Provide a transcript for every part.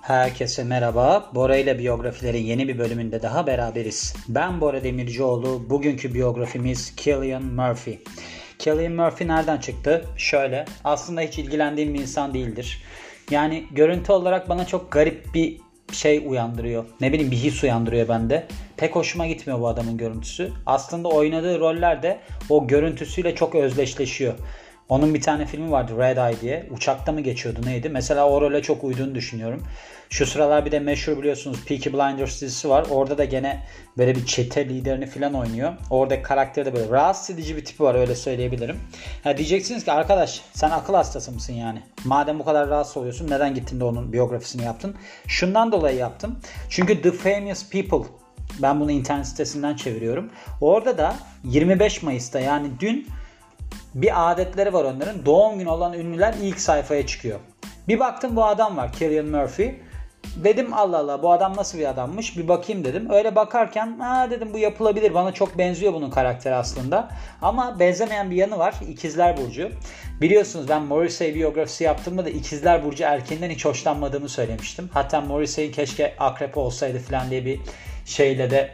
Herkese merhaba. Bora ile biyografilerin yeni bir bölümünde daha beraberiz. Ben Bora Demircioğlu. Bugünkü biyografimiz Cillian Murphy. Cillian Murphy nereden çıktı? Şöyle, aslında hiç ilgilendiğim bir insan değildir. Yani görüntü olarak bana çok garip bir şey uyandırıyor. Ne bileyim bir his uyandırıyor bende. Pek hoşuma gitmiyor bu adamın görüntüsü. Aslında oynadığı roller de o görüntüsüyle çok özdeşleşiyor. Onun bir tane filmi vardı, Red Eye diye. Uçakta mı geçiyordu neydi? Mesela o role çok uyduğunu düşünüyorum. Şu sıralar bir de meşhur biliyorsunuz Peaky Blinders dizisi var. Orada da gene böyle bir çete liderini falan oynuyor. Oradaki karakteri de böyle rahatsız edici bir tipi var, öyle söyleyebilirim. Ha, diyeceksiniz ki arkadaş sen akıl hastası mısın yani? Madem bu kadar rahatsız oluyorsun neden gittin de onun biyografisini yaptın? Şundan dolayı yaptım. Çünkü The Famous People, ben bunu internet sitesinden çeviriyorum. Orada da 25 Mayıs'ta yani dün bir adetleri var onların. Doğum günü olan ünlüler ilk sayfaya çıkıyor. Bir baktım bu adam var, Cillian Murphy. Dedim Allah Allah bu adam nasıl bir adammış, bir bakayım dedim. Öyle bakarken dedim bu yapılabilir, bana çok benziyor bunun karakteri aslında. Ama benzemeyen bir yanı var, İkizler Burcu. Biliyorsunuz ben Morrissey biyografisi yaptığımda da İkizler Burcu erkeğinden hiç hoşlanmadığımı söylemiştim. Hatta Morrissey'in keşke akrep olsaydı falan diye bir şeyle de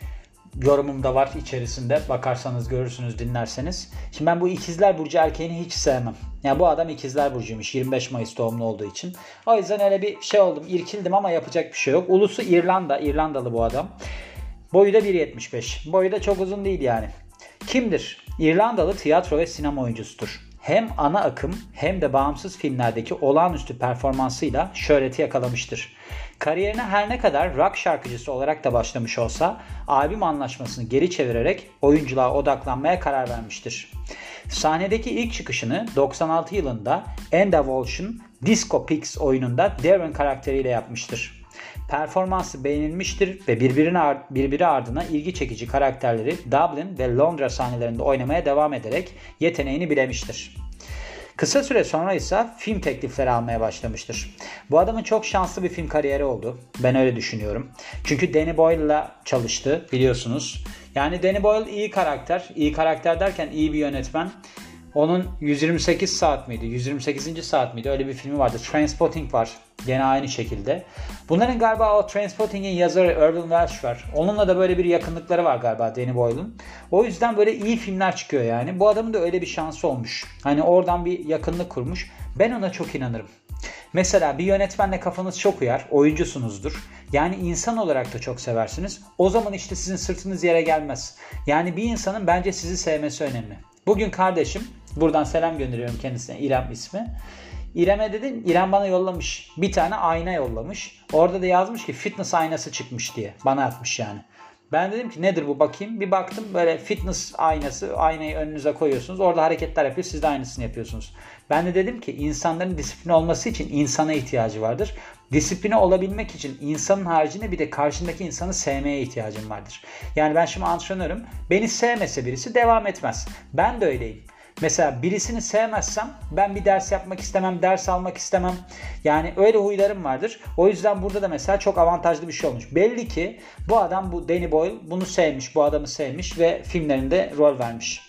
yorumum da var içerisinde. Bakarsanız görürsünüz, dinlerseniz. Şimdi ben bu İkizler Burcu erkeğini hiç sevmem. Yani bu adam İkizler Burcu'ymuş 25 Mayıs doğumlu olduğu için. O yüzden öyle bir şey oldum. İrkildim ama yapacak bir şey yok. Ulusu İrlanda. İrlandalı bu adam. Boyu da 1.75. Boyu da çok uzun değil yani. Kimdir? İrlandalı tiyatro ve sinema oyuncusudur. Hem ana akım hem de bağımsız filmlerdeki olağanüstü performansıyla şöhreti yakalamıştır. Kariyerine her ne kadar rock şarkıcısı olarak da başlamış olsa albüm anlaşmasını geri çevirerek oyunculuğa odaklanmaya karar vermiştir. Sahnedeki ilk çıkışını 96 yılında Enda Walsh'ın Disco Pigs oyununda Darren karakteriyle yapmıştır. Performansı beğenilmiştir ve birbiri ardına ilgi çekici karakterleri Dublin ve Londra sahnelerinde oynamaya devam ederek yeteneğini bilemiştir. Kısa süre sonra ise film teklifleri almaya başlamıştır. Bu adamın çok şanslı bir film kariyeri oldu. Ben öyle düşünüyorum. Çünkü Danny Boyle'la çalıştı biliyorsunuz. Yani Danny Boyle iyi karakter. İyi karakter derken iyi bir yönetmen. Onun 128 saat miydi? 128. saat miydi? Öyle bir filmi vardı. Trainspotting var. Gene aynı şekilde. Bunların galiba o Trainspotting'in yazarı Irving Welsh var. Onunla da böyle bir yakınlıkları var galiba Danny Boyle'un. O yüzden böyle iyi filmler çıkıyor yani. Bu adamın da öyle bir şansı olmuş. Hani oradan bir yakınlık kurmuş. Ben ona çok inanırım. Mesela bir yönetmenle kafanız çok uyar. Oyuncusunuzdur. Yani insan olarak da çok seversiniz. O zaman işte sizin sırtınız yere gelmez. Yani bir insanın bence sizi sevmesi önemli. Bugün kardeşim, buradan selam gönderiyorum kendisine, İrem ismi. İrem'e dedim, İrem bana yollamış. Bir tane ayna yollamış. Orada da yazmış ki fitness aynası çıkmış diye. Bana atmış yani. Ben dedim ki nedir bu, bakayım. Bir baktım böyle fitness aynası. Aynayı önünüze koyuyorsunuz. Orada hareketler yapıyor. Siz de aynısını yapıyorsunuz. Ben de dedim ki insanların disiplini olması için insana ihtiyacı vardır. Disipline olabilmek için insanın haricinde bir de karşındaki insanı sevmeye ihtiyacım vardır. Yani ben şimdi antrenörüm. Beni sevmese birisi devam etmez. Ben de öyleyim. Mesela birisini sevmezsem ben bir ders yapmak istemem, ders almak istemem. Yani öyle huylarım vardır. O yüzden burada da mesela çok avantajlı bir şey olmuş. Belli ki bu adam, bu Danny Boyle bunu sevmiş, bu adamı sevmiş ve filmlerinde rol vermiş.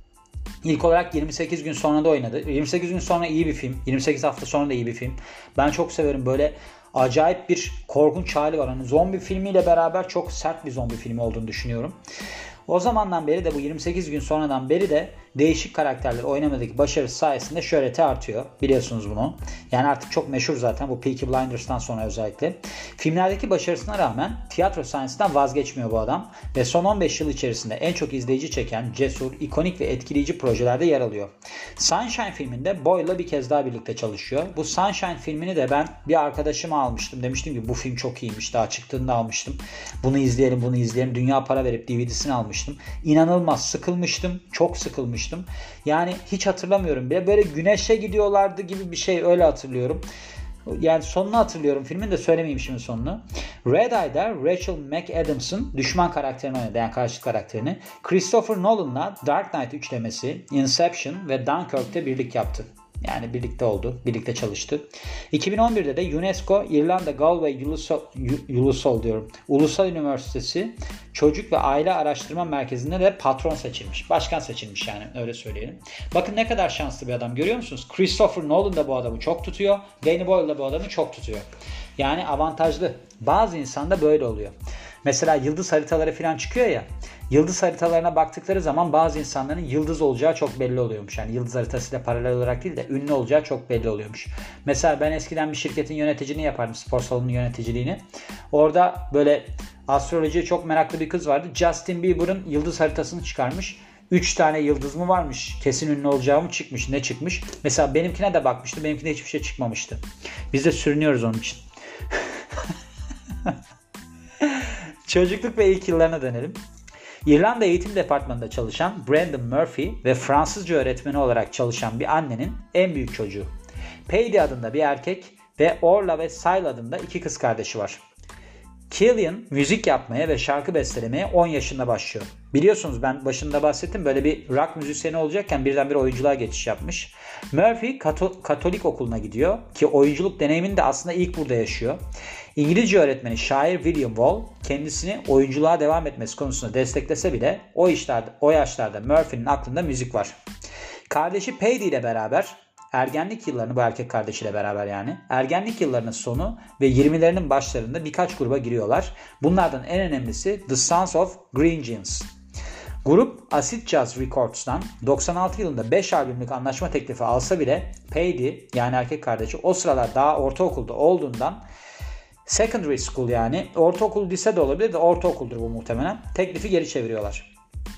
İlk olarak 28 gün sonra da oynadı. 28 gün sonra iyi bir film. 28 hafta sonra da iyi bir film. Ben çok severim, böyle acayip bir korkunç hali var. Hani zombi filmiyle beraber çok sert bir zombi filmi olduğunu düşünüyorum. O zamandan beri de bu 28 gün sonradan beri de değişik karakterler oynamadaki başarısı sayesinde şöhreti artıyor. Biliyorsunuz bunu. Yani artık çok meşhur zaten bu Peaky Blinders'tan sonra özellikle. Filmlerdeki başarısına rağmen tiyatro sahnesinden vazgeçmiyor bu adam. Ve son 15 yıl içerisinde en çok izleyici çeken, cesur, ikonik ve etkileyici projelerde yer alıyor. Sunshine filminde Boyle'la bir kez daha birlikte çalışıyor. Bu Sunshine filmini de ben bir arkadaşıma almıştım. Demiştim ki bu film çok iyiymiş. Daha çıktığında almıştım. Bunu izleyelim, bunu izleyelim. Dünya para verip DVD'sini almıştım. İnanılmaz sıkılmıştım. Çok sıkılmıştım. Yani hiç hatırlamıyorum bile. Böyle güneşe gidiyorlardı gibi bir şey, öyle hatırlıyorum. Yani sonunu hatırlıyorum. Filmin de söylemeyeyim şimdi sonunu. Red Eye'da Rachel McAdams'ın düşman karakterini oynadı. Yani karşıt karakterini. Christopher Nolan'la Dark Knight üçlemesi, Inception ve Dunkirk'te birlik yaptı. Yani birlikte oldu. Birlikte çalıştı. 2011'de de UNESCO İrlanda Galway Ulusal Üniversitesi Çocuk ve Aile Araştırma Merkezi'nde de patron seçilmiş. Başkan seçilmiş yani, öyle söyleyelim. Bakın ne kadar şanslı bir adam, görüyor musunuz? Christopher Nolan da bu adamı çok tutuyor. Danny Boyle da bu adamı çok tutuyor. Yani avantajlı. Bazı insanda böyle oluyor. Mesela yıldız haritaları falan çıkıyor ya. Yıldız haritalarına baktıkları zaman bazı insanların yıldız olacağı çok belli oluyormuş. Yani yıldız haritasıyla paralel olarak değil de ünlü olacağı çok belli oluyormuş. Mesela ben eskiden bir şirketin yöneticiliğini yapardım. Spor salonu yöneticiliğini. Orada böyle astrolojiye çok meraklı bir kız vardı. Justin Bieber'ın yıldız haritasını çıkarmış. 3 tane yıldız mı varmış? Kesin ünlü olacağı mı çıkmış? Ne çıkmış? Mesela benimkine de bakmıştı. Benimkine hiçbir şey çıkmamıştı. Biz de sürünüyoruz onun için. Çocukluk ve ilk yıllarına dönelim. İrlanda Eğitim Departmanı'nda çalışan Brandon Murphy ve Fransızca öğretmeni olarak çalışan bir annenin en büyük çocuğu. Paddy adında bir erkek ve Orla ve Syle adında 2 kız kardeşi var. Killian müzik yapmaya ve şarkı bestelemeye 10 yaşında başlıyor. Biliyorsunuz ben başında bahsettim, böyle bir rock müzisyeni olacakken birdenbire oyunculuğa geçiş yapmış. Murphy Katolik okuluna gidiyor ki oyunculuk deneyimini de aslında ilk burada yaşıyor. İngilizce öğretmeni şair William Wall kendisini oyunculuğa devam etmesi konusunda desteklese bile o yaşlarda Murphy'nin aklında müzik var. Kardeşi Paddy ile beraber ergenlik yıllarını, bu erkek kardeşiyle beraber yani, ergenlik yıllarının sonu ve 20'lerinin başlarında birkaç gruba giriyorlar. Bunlardan en önemlisi The Sons of Green Jeans. Grup Acid Jazz Records'tan 96 yılında 5 albümlük anlaşma teklifi alsa bile Paddy yani erkek kardeşi o sıralar daha ortaokulda olduğundan secondary school yani ortaokul lise de olabilir de ortaokuldur bu muhtemelen, teklifi geri çeviriyorlar.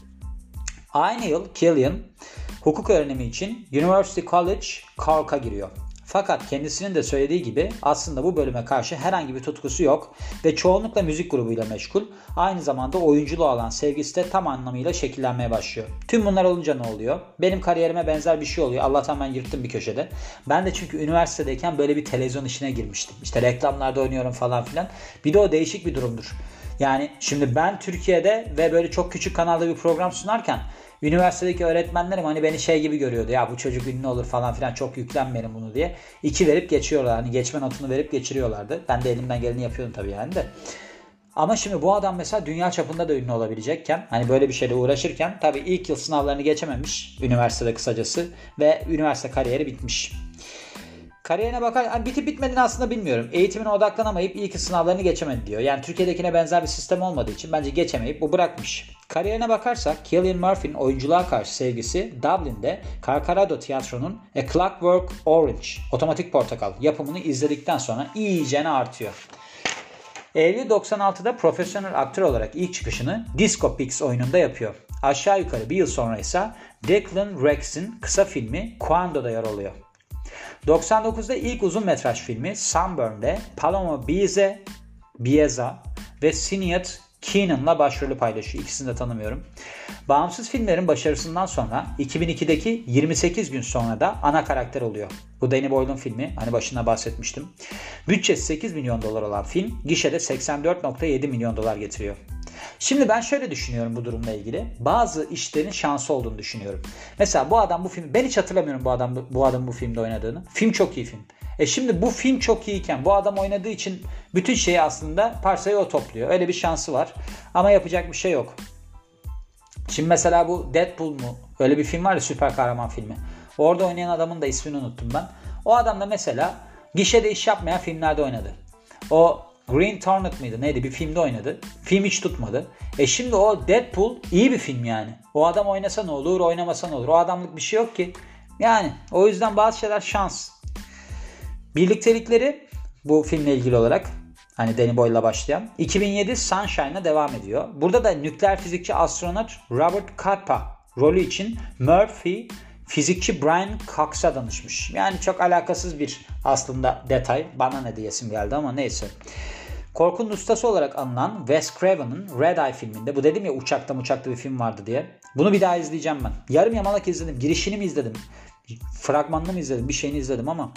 Aynı yıl Killian hukuk öğrenimi için University College Cork'a giriyor. Fakat kendisinin de söylediği gibi aslında bu bölüme karşı herhangi bir tutkusu yok ve çoğunlukla müzik grubuyla meşgul. Aynı zamanda oyunculuğa olan sevgisi de tam anlamıyla şekillenmeye başlıyor. Tüm bunlar olunca ne oluyor? Benim kariyerime benzer bir şey oluyor. Allah'tan ben yırttım bir köşede. Ben de çünkü üniversitedeyken böyle bir televizyon işine girmiştim. İşte reklamlarda oynuyorum falan filan. Bir de o değişik bir durumdur. Yani şimdi ben Türkiye'de ve böyle çok küçük kanalda bir program sunarken üniversitedeki öğretmenlerim hani beni şey gibi görüyordu. Ya bu çocuk ünlü olur falan filan, çok yüklenmeyelim bunu diye. 2 verip geçiyorlar. Hani geçme notunu verip geçiriyorlardı. Ben de elimden geleni yapıyordum tabii yani de. Ama şimdi bu adam mesela dünya çapında da ünlü olabilecekken, hani böyle bir şeyle uğraşırken tabii ilk yıl sınavlarını geçememiş üniversitede kısacası ve üniversite kariyeri bitmiş. Kariyerine bakar, yani bitip bitmediğini aslında bilmiyorum. Eğitimine odaklanamayıp ilk sınavlarını geçemedi diyor. Yani Türkiye'dekine benzer bir sistem olmadığı için bence geçemeyip bu bırakmış. Kariyerine bakarsak Cillian Murphy'nin oyunculuğa karşı sevgisi Dublin'de Carcarado Tiyatro'nun A Clockwork Orange, Otomatik Portakal yapımını izledikten sonra iyicene artıyor. Eylül 96'da profesyonel aktör olarak ilk çıkışını Disco Pix oyununda yapıyor. Aşağı yukarı bir yıl sonra ise Declan Rex'in kısa filmi Quando'da yer alıyor. 99'da ilk uzun metraj filmi Sunburn'de Paloma Bieza ve Sinead Keenan'la başrolü paylaşıyor. İkisini de tanımıyorum. Bağımsız filmlerin başarısından sonra 2002'deki 28 gün sonra da ana karakter oluyor. Bu Danny Boyle'un filmi. Hani başında bahsetmiştim. Bütçesi 8 milyon dolar olan film gişede 84,7 milyon dolar getiriyor. Şimdi ben şöyle düşünüyorum bu durumla ilgili. Bazı işlerin şansı olduğunu düşünüyorum. Mesela bu adam bu filmi, ben hiç hatırlamıyorum bu adamın bu filmde oynadığını. Film çok iyi film. Şimdi bu film çok iyiyken bu adam oynadığı için bütün şeyi aslında parsayı o topluyor. Öyle bir şansı var. Ama yapacak bir şey yok. Şimdi mesela bu Deadpool mu? Öyle bir film var ya, süper kahraman filmi. Orada oynayan adamın da ismini unuttum ben. O adam da mesela gişede iş yapmayan filmlerde oynadı. O Green Hornet mıydı neydi, bir filmde oynadı. Film hiç tutmadı. Şimdi o Deadpool iyi bir film yani. O adam oynasa ne olur, oynamasa ne olur. O adamlık bir şey yok ki. Yani o yüzden bazı şeyler şans. Birliktelikleri bu filmle ilgili olarak hani Danny Boyle'la başlayan 2007 Sunshine'a devam ediyor. Burada da nükleer fizikçi astronot Robert Capa rolü için Murphy fizikçi Brian Cox'a danışmış. Yani çok alakasız bir aslında detay. Bana ne diyesim geldi ama neyse. Korkunun ustası olarak anılan Wes Craven'ın Red Eye filminde, bu dedim ya uçakta bir film vardı diye. Bunu bir daha izleyeceğim ben. Yarım yamalak izledim. Girişini mi izledim? Fragmanını mı izledim? Bir şeyini izledim ama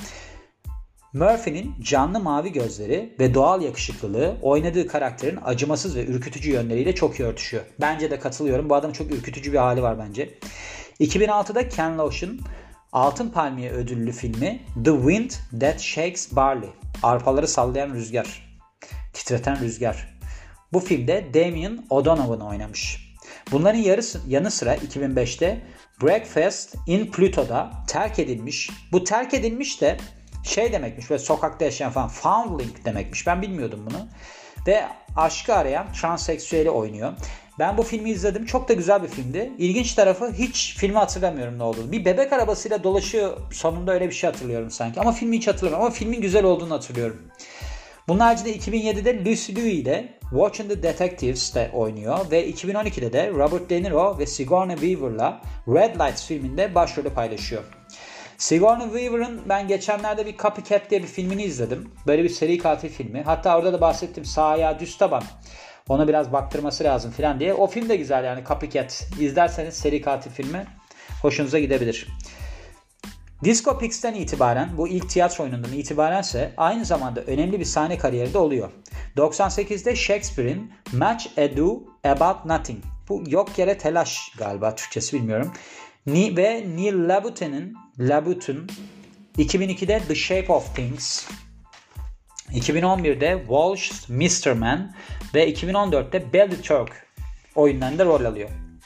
Murphy'nin canlı mavi gözleri ve doğal yakışıklılığı oynadığı karakterin acımasız ve ürkütücü yönleriyle çok iyi örtüşüyor. Bence de katılıyorum. Bu adamın çok ürkütücü bir hali var bence. 2006'da Ken Loach'ın Altın Palmiye ödüllü filmi The Wind That Shakes Barley. Arpaları sallayan rüzgar. Titreten rüzgar. Bu filmde Damien O'Donovan oynamış. Bunların yanı sıra 2005'te Breakfast in Pluto'da terk edilmiş. Bu terk edilmiş de şey demekmiş, böyle sokakta yaşayan falan, foundling demekmiş. Ben bilmiyordum bunu. Ve aşkı arayan transseksüeli oynuyor. Ben bu filmi izledim. Çok da güzel bir filmdi. İlginç tarafı, hiç filmi hatırlamıyorum ne olduğunu. Bir bebek arabasıyla dolaşıyor sonunda, öyle bir şey hatırlıyorum sanki. Ama filmi hiç hatırlamıyorum. Ama filmin güzel olduğunu hatırlıyorum. Bunun haricinde 2007'de Lucy Liu ile Watching the Detectives'te oynuyor. Ve 2012'de de Robert De Niro ve Sigourney Weaver'la Red Lights filminde başrolü paylaşıyor. Sigourney Weaver'ın ben geçenlerde bir Copycat diye bir filmini izledim. Böyle bir seri katil filmi. Hatta orada da bahsettim, sağ ayağı düz taban. Ona biraz baktırması lazım falan diye. O film de güzel yani, Copycat. İzlerseniz seri katil filmi hoşunuza gidebilir. Disco Pix'ten itibaren, bu ilk tiyatro oyunundan itibarense aynı zamanda önemli bir sahne kariyeri de oluyor. 98'de Shakespeare'in Much Ado About Nothing. Bu yok yere telaş galiba, Türkçesi bilmiyorum. Ve Neil Labutin 2002'de The Shape of Things, 2011'de Walsh Mr. Man ve 2014'te Belly Turk oyunlarında rol alıyor.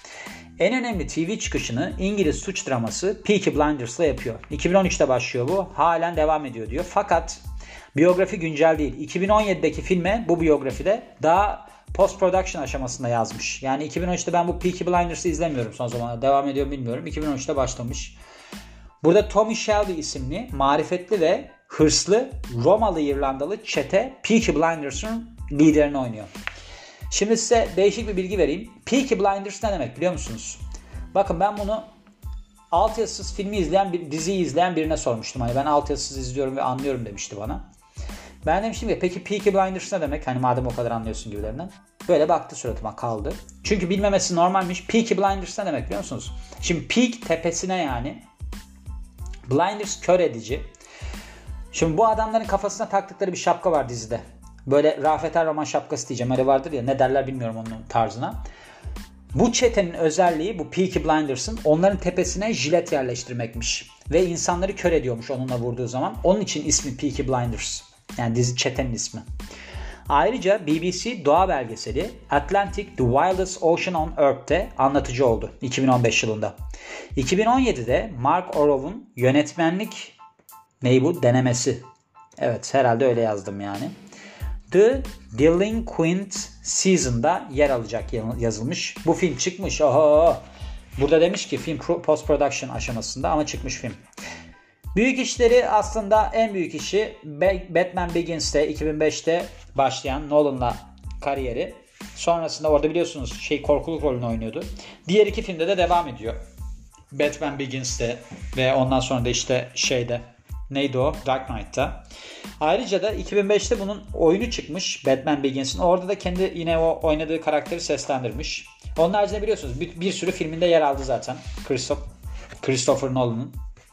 En önemli TV çıkışını İngiliz suç draması Peaky Blinders'la yapıyor. 2013'te başlıyor bu. Halen devam ediyor diyor. Fakat biyografi güncel değil. 2017'deki filme bu biyografide daha post-production aşamasında yazmış. Yani 2013'te ben bu Peaky Blinders'ı izlemiyorum son zamanlarda. Devam ediyor bilmiyorum. 2013'te başlamış. Burada Tommy Shelby isimli marifetli ve hırslı Romalı İrlandalı çete Peaky Blinders'ın liderini oynuyor. Şimdi size değişik bir bilgi vereyim. Peaky Blinders ne demek biliyor musunuz? Bakın, ben bunu altyazısız filmi izleyen, diziyi izleyen birine sormuştum. Hani ben altyazısız izliyorum ve anlıyorum demişti bana. Ben demiştim ki peki Peaky Blinders ne demek? Hani madem o kadar anlıyorsun gibilerinden. Böyle baktı suratıma, kaldı. Çünkü bilmemesi normalmiş. Peaky Blinders ne demek biliyor musunuz? Şimdi peak tepesine yani. Blinders kör edici. Şimdi bu adamların kafasına taktıkları bir şapka var dizide. Böyle Rafet Erroman şapkası diyeceğim. Öyle vardır ya, ne derler bilmiyorum onun tarzına. Bu çetenin özelliği, bu Peaky Blinders'ın onların tepesine jilet yerleştirmekmiş. Ve insanları kör ediyormuş onunla vurduğu zaman. Onun için ismi Peaky Blinders. Yani dizi çetenin ismi. Ayrıca BBC doğa belgeseli Atlantic The Wildest Ocean on Earth'te anlatıcı oldu 2015 yılında. 2017'de Mark Orow'un yönetmenlik denemesi. Evet, herhalde öyle yazdım yani. The Delinquent Season'da yer alacak yazılmış. Bu film çıkmış. Oho. Burada demiş ki film post production aşamasında, ama çıkmış film. Büyük işleri, aslında en büyük işi Batman Begins'te 2005'te başlayan Nolan'la kariyeri. Sonrasında orada biliyorsunuz korkuluk rolünü oynuyordu. Diğer iki filmde de devam ediyor. Batman Begins'te ve ondan sonra da işte neydi o? Dark Knight'ta. Ayrıca da 2005'te bunun oyunu çıkmış, Batman Begins'in. Orada da kendi yine o oynadığı karakteri seslendirmiş. Onun haricinde biliyorsunuz bir sürü filminde yer aldı zaten. Christopher Nolan'ın.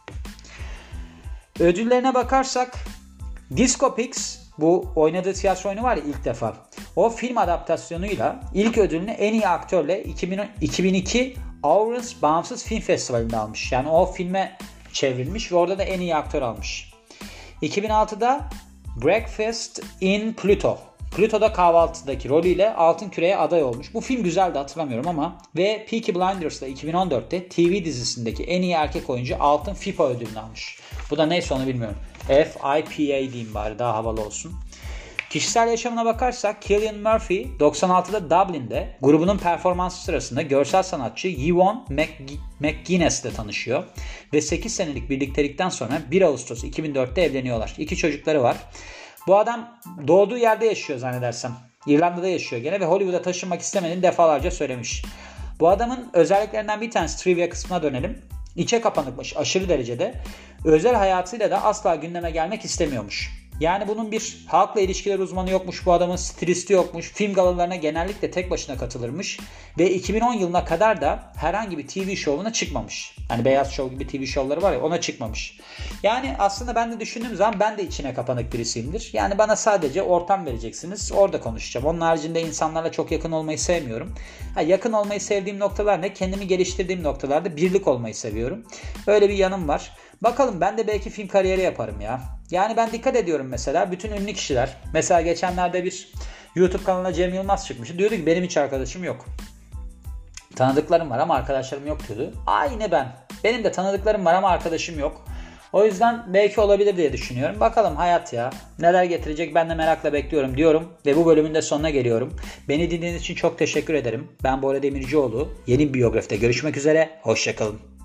Ödüllerine bakarsak Disco Pix, bu oynadığı tiyatro oyunu var ya ilk defa. O film adaptasyonuyla ilk ödülünü en iyi aktörle 2002 Awards Bağımsız Film Festivali'nde almış. Yani o filme çevrilmiş ve orada da en iyi aktör almış. 2006'da Breakfast in Pluto. Pluto'da kahvaltıdaki rolüyle Altın Küre'ye aday olmuş. Bu film güzeldi, hatırlamıyorum ama. Ve Peaky Blinders'da 2014'te TV dizisindeki en iyi erkek oyuncu Altın FIFA ödülünü almış. Bu da neyse onu bilmiyorum. FIPA diyeyim bari, daha havalı olsun. Kişisel yaşamına bakarsak Cillian Murphy 96'da Dublin'de grubunun performansı sırasında görsel sanatçı Ewan McGuinness ile tanışıyor. Ve 8 senelik birliktelikten sonra 1 Ağustos 2004'te evleniyorlar. 2 çocukları var. Bu adam doğduğu yerde yaşıyor zannedersem. İrlanda'da yaşıyor gene ve Hollywood'a taşınmak istemediğini defalarca söylemiş. Bu adamın özelliklerinden bir tanesi, trivia kısmına dönelim. İçe kapanıkmış aşırı derecede. Özel hayatıyla da asla gündeme gelmek istemiyormuş. Yani bunun bir halkla ilişkiler uzmanı yokmuş, bu adamın stilisti yokmuş, film galalarına genellikle tek başına katılırmış ve 2010 yılına kadar da herhangi bir TV şovuna çıkmamış. Hani Beyaz Show gibi TV şovları var ya, ona çıkmamış. Yani aslında ben de düşündüğüm zaman ben de içine kapanık birisiyimdir. Yani bana sadece ortam vereceksiniz. Orada konuşacağım. Onun haricinde insanlarla çok yakın olmayı sevmiyorum. Yakın olmayı sevdiğim noktalar ne? Kendimi geliştirdiğim noktalarda birlik olmayı seviyorum. Öyle bir yanım var. Bakalım, ben de belki film kariyeri yaparım ya. Yani ben dikkat ediyorum mesela bütün ünlü kişiler. Mesela geçenlerde bir YouTube kanalına Cem Yılmaz çıkmış. Diyordu ki benim hiç arkadaşım yok. Tanıdıklarım var ama arkadaşlarım yok diyordu. Aynı ben. Benim de tanıdıklarım var ama arkadaşım yok. O yüzden belki olabilir diye düşünüyorum. Bakalım hayat ya neler getirecek, ben de merakla bekliyorum diyorum. Ve bu bölümün de sonuna geliyorum. Beni dinlediğiniz için çok teşekkür ederim. Ben Bora Demircioğlu. Yeni bir biyografide görüşmek üzere. Hoşçakalın.